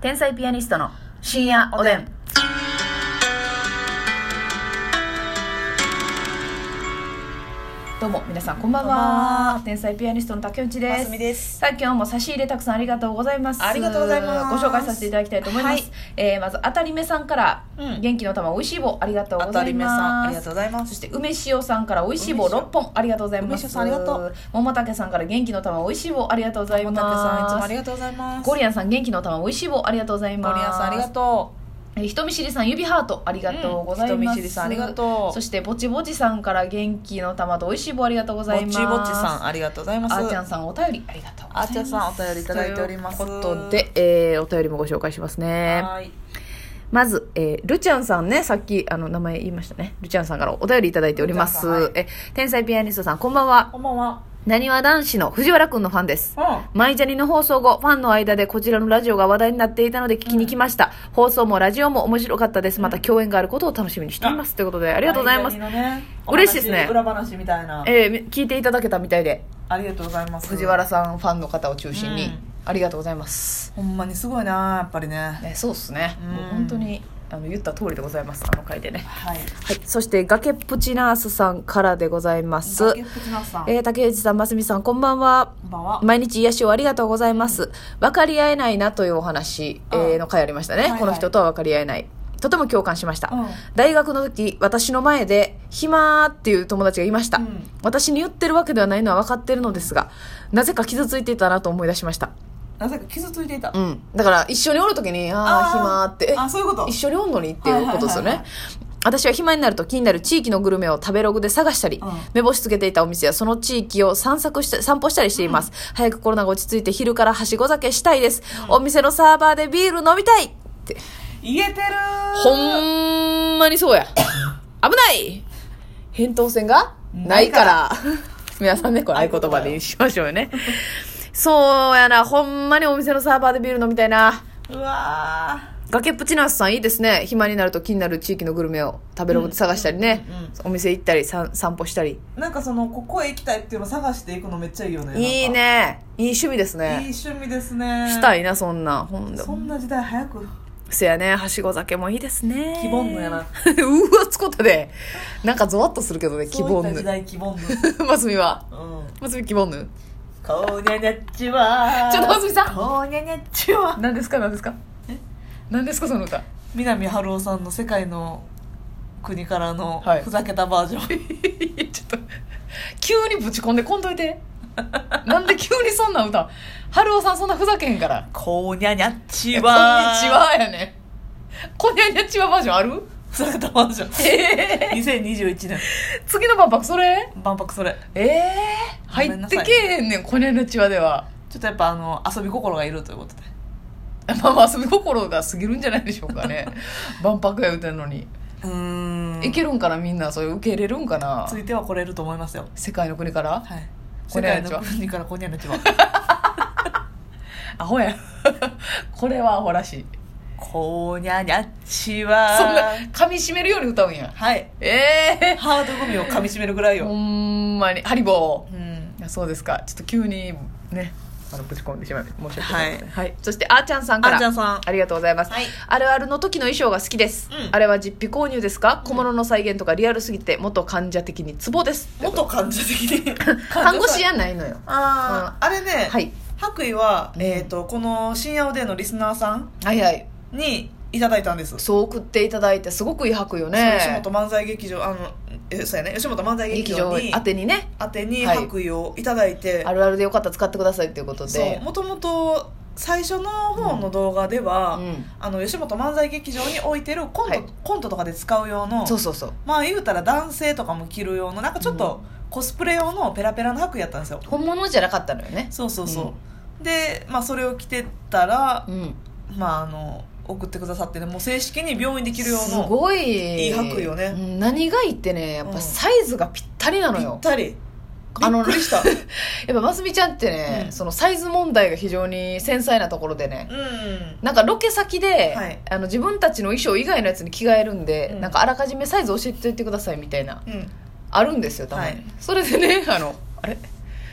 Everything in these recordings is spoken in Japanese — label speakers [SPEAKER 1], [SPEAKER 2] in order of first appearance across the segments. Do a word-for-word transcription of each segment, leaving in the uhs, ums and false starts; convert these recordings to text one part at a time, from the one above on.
[SPEAKER 1] 天才ピアニストの深夜おでん。どうも皆さんこんばんは。天才ピアニストの竹内です。
[SPEAKER 2] ますみです。
[SPEAKER 1] さあ今日も差し入れたくさんありがとうございます。
[SPEAKER 2] ありがとうございます。
[SPEAKER 1] ご紹介させていただきたいと思います、はい。えー、まずあたりめさんから、うん、元気の玉おいしい棒ありがとうございます。あたりめさんありがとうございます。そして梅塩さんからおいしい棒ろっぽんありがとうございます。
[SPEAKER 2] 梅塩さんありがとう。
[SPEAKER 1] 桃竹さんから元気の玉おいしい棒ありがとうございます。
[SPEAKER 2] 桃竹さんいつもありがとうございます。
[SPEAKER 1] ゴリアンさん元気の玉おいしい棒ありがとうございます。
[SPEAKER 2] ゴリアンさんありがとう。
[SPEAKER 1] 人見知りさん指ハートありがとうございます、うん、
[SPEAKER 2] 人見知りさんありがとう。
[SPEAKER 1] そしてぼちぼちさんから元気の玉とおいしい棒ありがとうございます。
[SPEAKER 2] ぼちぼちさんありがとうございます。
[SPEAKER 1] あーちゃんさんお便りありがとうございます。
[SPEAKER 2] あーちゃんさんお便りいただいております。
[SPEAKER 1] ということで、えー、お便りもご紹介しますね。はい。まず、えー、ルちゃんさんね、さっきあの名前言いましたね。ルちゃんさんからお便りいただいております、はい、え天才ピアニストさんこんばんは。
[SPEAKER 2] こんばんは。
[SPEAKER 1] なにわ男子の藤原くんのファンです。うん、マイジャニの放送後、ファンの間でこちらのラジオが話題になっていたので聞きに来ました。うん、放送もラジオも面白かったです。また共演があることを楽しみにしています。うん、ということで、ありがとうございます。ね、嬉しいですね。
[SPEAKER 2] 裏話みたいな。
[SPEAKER 1] えー、聞いていただけたみたいで。
[SPEAKER 2] ありがとうございます。
[SPEAKER 1] 藤原さんファンの方を中心に、うん、ありがとうございます。
[SPEAKER 2] ほんまにすごいな、やっぱりね。
[SPEAKER 1] ね、そうっすね。うん、もう本当に。あの言った通りでございます。あの回でね、はいはい、そして崖っぷちナースさんからでございます。崖っぷちナースさん、えー、竹内さん、ますみさんこんばんは。
[SPEAKER 2] こんばんは。
[SPEAKER 1] 毎日癒しをありがとうございます。うん、分かり合えないなというお話、えー、の回ありましたね、はいはい。この人とは分かり合えない、とても共感しました。うん、大学の時私の前で暇っていう友達がいました。うん、私に言ってるわけではないのは分かってるのですが、なぜか傷ついていたなと思い出しました。
[SPEAKER 2] なぜか傷ついていた、
[SPEAKER 1] うん、だから一緒におるときにああ暇って
[SPEAKER 2] あそういうこと
[SPEAKER 1] 一緒におんのにっていうことですよね、はいはいはいはい。私は暇になると気になる地域のグルメを食べログで探したり、うん、目星つけていたお店やその地域を散策して散歩したりしています、うん、早くコロナが落ち着いて昼からはしご酒したいです、うん、お店のサーバーでビール飲みたいって
[SPEAKER 2] 言えてる。
[SPEAKER 1] ほんまにそうや危ない扁桃腺がないから皆さんねこれ合言葉でしましょうよねそうやな、ほんまにお店のサーバーでビール飲みたいな。
[SPEAKER 2] うわー、
[SPEAKER 1] 崖っぷちナースさんいいですね。暇になると気になる地域のグルメを食べログで探したりね、うんうんうん、お店行ったり散歩したり、
[SPEAKER 2] なんかそのここへ行きたいっていうのを探していくのめっちゃいいよね。
[SPEAKER 1] いいね、いい趣味ですね。
[SPEAKER 2] いい趣味ですね。
[SPEAKER 1] したいなそんな。ほん
[SPEAKER 2] そんな時代早く。
[SPEAKER 1] せやね、はしご酒もいいですね。
[SPEAKER 2] キボンヌやな
[SPEAKER 1] うわつこったでなんかゾワッとするけどね。キボンヌ、そういった時代キボンヌますみは、うん、ますみキボンヌ
[SPEAKER 2] こーにゃにゃっちは
[SPEAKER 1] ちょっとますみさん、
[SPEAKER 2] こーにゃにゃっちは
[SPEAKER 1] 何ですか何ですかえ何ですかその歌。
[SPEAKER 2] 南春夫さんの世界の国からのふざけたバージョン、はい、
[SPEAKER 1] ちょっと急にぶち込んでこんといてなんで急にそんな歌。春夫さんそんなふざけへんから。
[SPEAKER 2] こーにゃにゃっちは
[SPEAKER 1] こんにちはやね。こにゃにゃっちはバージョンある。
[SPEAKER 2] ふざけたバージョン、えー、にせんにじゅういちねん
[SPEAKER 1] 次の万博それ
[SPEAKER 2] 万博それ
[SPEAKER 1] ええー、入ってけえへんねんこにゃにゃっちはでは。
[SPEAKER 2] ちょっとやっぱあの遊び心がいるということで
[SPEAKER 1] まあまあ遊び心が過ぎるんじゃないでしょうかね万博や言うてんのに。うーんいけるんかな、みんなそれ受け入れるんかな。
[SPEAKER 2] ついては来れると思いますよ。
[SPEAKER 1] 世界の国から、はい、
[SPEAKER 2] 世界の国からこにゃにゃっちは
[SPEAKER 1] アホやこれはアホらしい。
[SPEAKER 2] こにゃにゃっちは
[SPEAKER 1] そんな噛み締めるように歌うんや。
[SPEAKER 2] はい
[SPEAKER 1] ええー、
[SPEAKER 2] ハードグミを噛み締めるぐらいよ。
[SPEAKER 1] ほんまにハリボー、うん、いやそうですか。ちょっと急にねあのぶち込んでしまい申し訳ない、はいはい、そしてあーちゃんさんから
[SPEAKER 2] あーちゃんさん
[SPEAKER 1] ありがとうございます、はい、あるあるの時の衣装が好きです、うん、あれは実費購入ですか、うん、小物の再現とかリアルすぎて元患者的にツボです。
[SPEAKER 2] 元患者的に
[SPEAKER 1] 看護師やないのよ。
[SPEAKER 2] あ、うん、あれね、
[SPEAKER 1] はい、
[SPEAKER 2] 白衣は、えーと、この深夜おでんのリスナーさん
[SPEAKER 1] はいはい
[SPEAKER 2] にいただいたんです。
[SPEAKER 1] そう送っていただいてすごくいい白衣よね。
[SPEAKER 2] 吉本漫才劇場あのえそうやね吉本漫才劇場に
[SPEAKER 1] 宛てにね
[SPEAKER 2] 宛てに白衣をいただいて、はい、
[SPEAKER 1] あるあるでよかったら使ってくださいということで、
[SPEAKER 2] もともと最初の方の動画では、うん、あの吉本漫才劇場に置いてるコント、はい、コントとかで使う用の、
[SPEAKER 1] そうそうそう、
[SPEAKER 2] まあ言うたら男性とかも着る用のなんかちょっとコスプレ用のペラペラの白衣やったんですよ。
[SPEAKER 1] 本物じゃなかったのよね。
[SPEAKER 2] そうそうそう、うん、で、まあ、それを着てたら、うん、まああの送ってくださってね、もう正式に病院で着る用の
[SPEAKER 1] すごい
[SPEAKER 2] いい白衣よね。
[SPEAKER 1] 何がいいってね、やっぱサイズがぴったりなのよ、
[SPEAKER 2] ぴったり。びっくりしたやっ
[SPEAKER 1] ぱますみちゃんってね、うん、そのサイズ問題が非常に繊細なところでね、うん、なんかロケ先で、はい、あの自分たちの衣装以外のやつに着替えるんで、うん、なんかあらかじめサイズ教えておいてくださいみたいな、うん、あるんですよたまに、はい、それでねあのあれ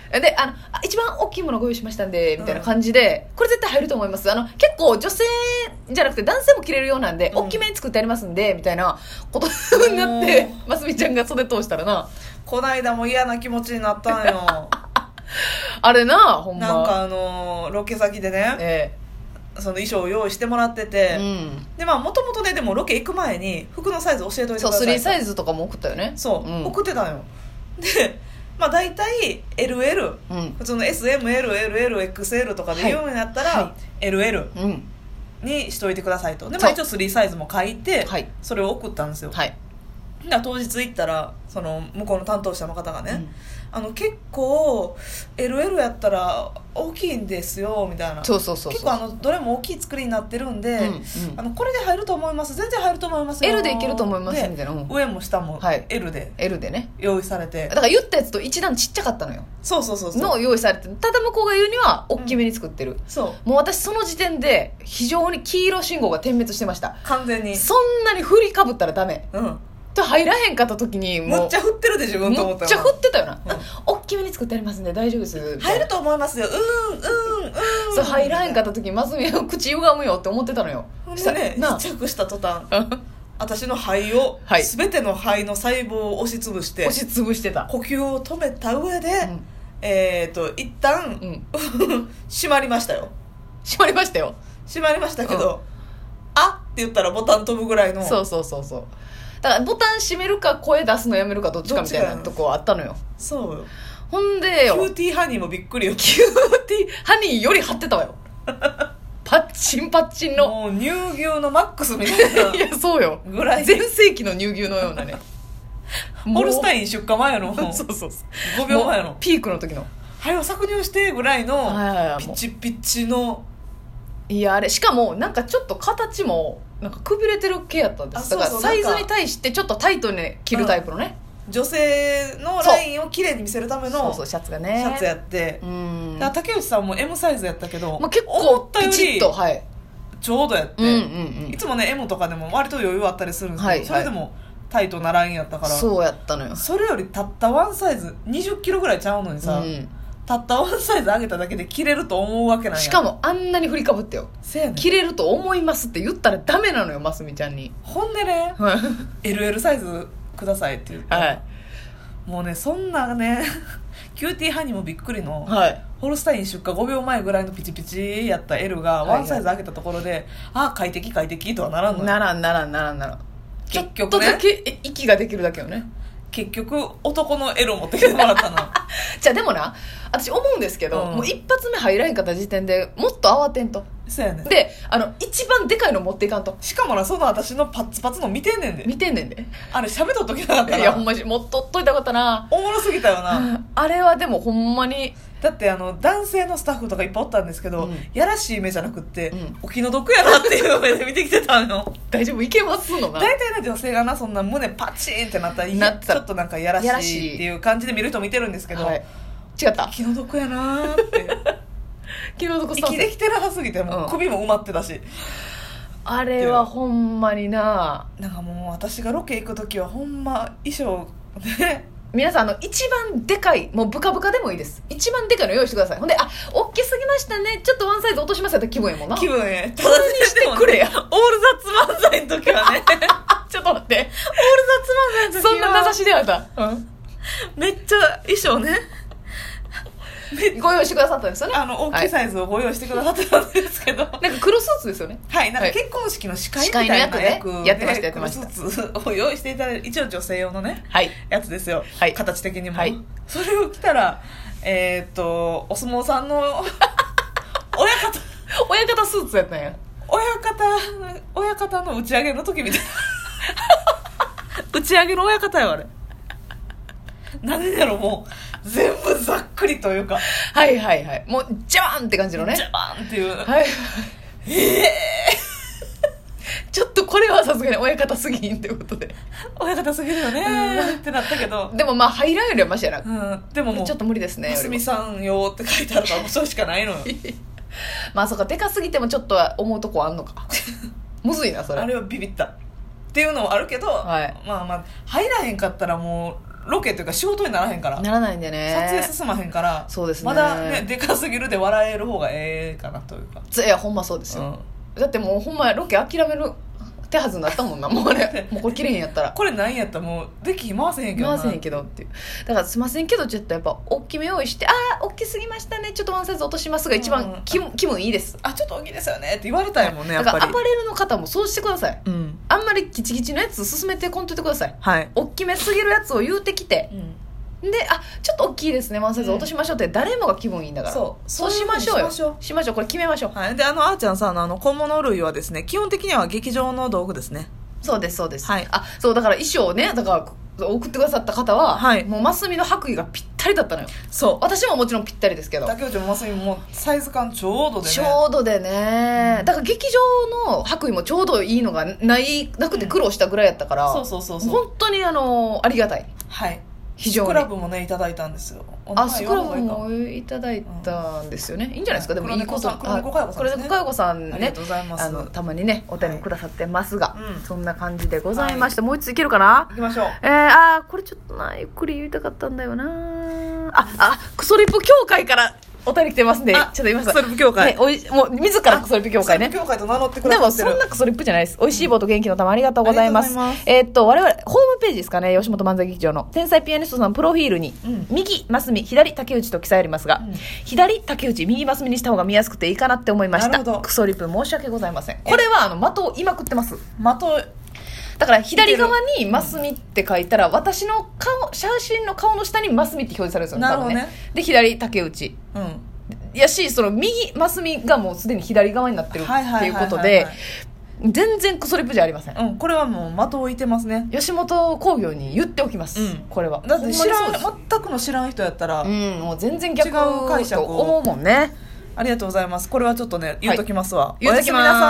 [SPEAKER 1] であのあ一番大きいものご用意しましたんでみたいな感じで、うん、これ絶対入ると思います。あの結構女性じゃなくて男性も着れるようなんで、うん、大きめに作ってありますんでみたいなことになってますみちゃんが袖通したらな、
[SPEAKER 2] こないだも嫌な気持ちになったんよ
[SPEAKER 1] あれな、ほんま
[SPEAKER 2] なんかあのロケ先でね、ええ、その衣装を用意してもらってて、うん、でまあもともとねでもロケ行く前に服のサイズ教えといてください。
[SPEAKER 1] そうスリーサイズとかも送ったよね。
[SPEAKER 2] そう、うん、送ってたのよ。でまあ大体 エルエル、うん、普通の エスエムエルエルエルエックスエル とかで言うようになったら、はいはい、エルエル にしといてくださいと。で、まあ、一応スリーサイズも書いて、はい、それを送ったんですよ。はい、で当日行ったらその向こうの担当者の方がね、うん、あの結構 エルエル やったら大きいんですよみたいな。
[SPEAKER 1] そうそうそうそう、
[SPEAKER 2] 結構あのどれも大きい作りになってるんで、うんうん、あのこれで入ると思います、全然入ると思いますよ、
[SPEAKER 1] L でいけると思いますみたいな、うん、
[SPEAKER 2] 上も下も L で、はい、
[SPEAKER 1] L でね
[SPEAKER 2] 用意されて、
[SPEAKER 1] だから言ったやつと一段ちっちゃかったのよ。
[SPEAKER 2] そうそうそうそう
[SPEAKER 1] の用意されて、ただ向こうが言うには大きめに作ってる、うん、そうもう私その時点で非常に黄色信号が点滅してました。
[SPEAKER 2] 完全に
[SPEAKER 1] そんなに振りかぶったらダメ、うん入らへんかった時に
[SPEAKER 2] もうむっちゃ振ってるで自分と思った
[SPEAKER 1] むっちゃ振ってたよな、うん、大きめに作ってありますんで大丈夫です
[SPEAKER 2] 入ると思いますようんうんうん
[SPEAKER 1] そう入らへんかった時まずみは口歪むよって思ってたのよ。
[SPEAKER 2] ほんでね試着した途端私の肺を、はい、全ての肺の細胞を押しつぶして
[SPEAKER 1] 押しつぶしてた
[SPEAKER 2] 呼吸を止めた上で、うん、えーと一旦、うん、閉まりましたよ
[SPEAKER 1] 閉まりましたよ
[SPEAKER 2] 閉まりましたけど、うん、あって言ったらボタン飛ぶぐらいの
[SPEAKER 1] そうそうそうそうだからボタン閉めるか声出すのやめるかどっちかみたいなとこあったのよ。
[SPEAKER 2] そうよ。
[SPEAKER 1] ほんでよ
[SPEAKER 2] キューティーハニーもびっくりよ。
[SPEAKER 1] キューティーハニーより張ってたわよパッチンパッチンの
[SPEAKER 2] もう乳牛のマックスみたいな
[SPEAKER 1] いやそうよ
[SPEAKER 2] ぐらい
[SPEAKER 1] 全盛期の乳牛のようなね
[SPEAKER 2] ホルスタイン出荷前の
[SPEAKER 1] そうそうそう
[SPEAKER 2] ごびょうまえの
[SPEAKER 1] ピークの時の
[SPEAKER 2] はよ搾乳してぐらいのピチピチの
[SPEAKER 1] いやあれしかもなんかちょっと形もなんかくびれてる系やったんです。だからサイズに対してちょっとタイトに切るタイプのね、
[SPEAKER 2] うん、女性のラインをきれいに見せるための
[SPEAKER 1] そうそうシャツがね
[SPEAKER 2] シャツやって、うん、だから竹内さんも エム サイズやったけど、
[SPEAKER 1] まあ、結構ピチッとはい
[SPEAKER 2] ちょうどやって、
[SPEAKER 1] うんうんうん、
[SPEAKER 2] いつもね エム とかでも割と余裕あったりするんですけど、はいはい、それでもタイトなラインやったから
[SPEAKER 1] そうやったのよ。
[SPEAKER 2] それよりたったワンサイズにじゅっキロぐらいちゃうのにさ、うんたったワンサイズ上げただけで着れると思うわけなんや。
[SPEAKER 1] しかもあんなに振りかぶってよせやねん着れると思いますって言ったらダメなのよますみちゃんに。
[SPEAKER 2] ほんでねエルエル サイズくださいって言って、はい、もうねそんなねキューティーハニーもびっくりの、はい、ホルスタイン出荷ごびょうまえぐらいのピチピチやった L がワンサイズ上げたところで、はいはい、ああ快適快適とはならんのよ。
[SPEAKER 1] ならんならんならんならん
[SPEAKER 2] 結局ねちょっと
[SPEAKER 1] だけ息ができるだけよね。
[SPEAKER 2] 結局男のエロ持ってきてもらったの
[SPEAKER 1] じゃあでもな私思うんですけど、うん、もう一発目入らへんかった時点でもっと慌てんと。
[SPEAKER 2] そうやねん
[SPEAKER 1] であの一番でかいの持っていかんと。
[SPEAKER 2] しかもなその私のパッツパツの見てんねんで
[SPEAKER 1] 見てんねんで
[SPEAKER 2] あれ喋っとっときなかったな。
[SPEAKER 1] いやほんまに持っとっといたかったな。
[SPEAKER 2] おもろすぎたよな
[SPEAKER 1] あれはでもほんまに
[SPEAKER 2] だってあの男性のスタッフとかいっぱいおったんですけど、うん、やらしい目じゃなくって、うん、お気の毒やなっていう目で見てきてたの
[SPEAKER 1] 大丈夫いけますのが
[SPEAKER 2] 大体の女性がなそんな胸パチンってなったらなったらちょっとなんかやらしいっていう感じで見る人見てるんですけど、はい、
[SPEAKER 1] 違った
[SPEAKER 2] 気の毒やなーって
[SPEAKER 1] 気の毒
[SPEAKER 2] 息できてなさすぎてもう首も埋まってたし、うん、
[SPEAKER 1] あれはほんまにな
[SPEAKER 2] なんかもう私がロケ行く時はほんま衣装ね
[SPEAKER 1] 皆さんあの一番でかいもうブカブカでもいいです一番でかいの用意してください。ほんであ大きすぎましたねちょっとワンサイズ落としますよって気分やもんな。
[SPEAKER 2] 気分や
[SPEAKER 1] ただにしてくれや、
[SPEAKER 2] ね、オールザッツ漫才の時はね
[SPEAKER 1] ちょっと待ってオール
[SPEAKER 2] ザッツ漫才の時は
[SPEAKER 1] そんな名指しであった、うん、
[SPEAKER 2] めっちゃ衣装ね
[SPEAKER 1] ご用意してくださったんですよね。
[SPEAKER 2] あの大きいサイズをご用意してくださってたんですけど、は
[SPEAKER 1] い、なんか黒スーツですよね。
[SPEAKER 2] はいなんか結婚式の司会みたいな役で、
[SPEAKER 1] ね、やってましたやってました
[SPEAKER 2] 黒スーツを用意していただいて一応女性用のね、はい、やつですよ、はい、形的にも、はい、それを着たらえー、っとお相撲さんの親方
[SPEAKER 1] 親方スーツやったんや。
[SPEAKER 2] 親方親方の打ち上げの時みたいな打ち上げの親方よあれ何でやろもう全部ざっくりというか
[SPEAKER 1] はいはいはいもうジャバーンって感じのね
[SPEAKER 2] ジャバーンっていう
[SPEAKER 1] はいええー、ちょっとこれはさすがに親方すぎんってことで
[SPEAKER 2] 親方すぎるよねーってなったけど
[SPEAKER 1] でもまあ入らんよりはマシやな、
[SPEAKER 2] うん、でももう
[SPEAKER 1] ちょっと無理ですね
[SPEAKER 2] ますみさんよって書いてあるからもうそれしかないのよ
[SPEAKER 1] まあそうかでかすぎてもちょっとは思うとこあんのかむずいなそれ
[SPEAKER 2] あれはビビったっていうのもあるけど、はい、まあまあ入らへんかったらもうロケというか仕事にならへんから
[SPEAKER 1] ならないんでね、
[SPEAKER 2] 撮影進まへんから、
[SPEAKER 1] そうですね、
[SPEAKER 2] まだねでかすぎるで笑える方がええかなというか。
[SPEAKER 1] いやほんまそうですよ、うん、だってもうほんまロケ諦める手はずになったもんな、もうあれもうこれ切れへんやったら
[SPEAKER 2] これなんやったらもうでき回せへんけどな
[SPEAKER 1] 回せへんけどっていう。だからすいませんけどちょっとやっぱ大きめ用意して、ああ大きすぎましたねちょっとワンサイズ落としますが一番気分、気分いいです。
[SPEAKER 2] あちょっと大きいですよねって言われたいもんね、やっぱり。
[SPEAKER 1] だからアパレルの方もそうしてください、
[SPEAKER 2] うん、
[SPEAKER 1] あんまりキチキチのやつ進めてこんといてください、
[SPEAKER 2] はい、
[SPEAKER 1] 大きめすぎるやつを言うてきて、うんで、あちょっと大きいですねワンサイズ落としましょうって、誰もが気分いいんだから、そうそうしましょうよ、しましょうしましょう、これ決めましょう、
[SPEAKER 2] はい、であのあーちゃんさあの小物類はですね基本的には劇場の道具ですね。
[SPEAKER 1] そうですそうです、
[SPEAKER 2] はい、
[SPEAKER 1] あそうだから衣装ね、だから送ってくださった方は、はい、もうマスミの白衣がぴったりだったのよ。そう私ももちろんぴったりですけど、
[SPEAKER 2] 竹内もマスミもサイズ感ちょうどでね、
[SPEAKER 1] ちょうどでね、うん、だから劇場の白衣もちょうどいいのがないなくて苦労したぐらいやったから、うん、そうそうそうそう本当にあのありがたい。はい非常にスクラブもねいただいたんですよ。あスクラブもいただいたんですよね、うん、いいんじゃないですか。でもいいことこれで小佳代子さんね、ありがとうございます。あのたまにねお手にくださってますが、はいうん、そんな感じでございました、はい、もう一ついけるかな。いきましょう。えー、あーこれちょっとなゆっくり言いたかったんだよなああクソリップ協会からお便り来てますんで、ちょっと言います。クソリップ協会、ね、おいもう自らクソリップ協会ね。クソリップ協会と名乗ってくださってる。でもそんなクソリップじゃないです。美味しい棒と元気の玉ありがとうございます。ますえー、っと我々ホームページですかね、吉本漫才劇場の天才ピアニストさんプロフィールに、うん、右マスミ左竹内と記載ありますが、うん、左竹内右マスミにした方が見やすくていいかなって思いました。クソリップ申し訳ございません。これはあの的を言いまくってます。的だから左側にマスミって書いたら私の顔写真の顔の下にマスミって表示されるんですよ。なるほどね。で左竹内、うんやしその右マスミがもうすでに左側になってるっていうことで全然クソリップじゃありません、うん、これはもう的を置いてますね。吉本興業に言っておきます、うん、これはだって知らん全くの知らん人やったら、うん、もう全然逆と思うもんね。ありがとうございます。これはちょっとね言うときますわ、はい、おやすみなさい。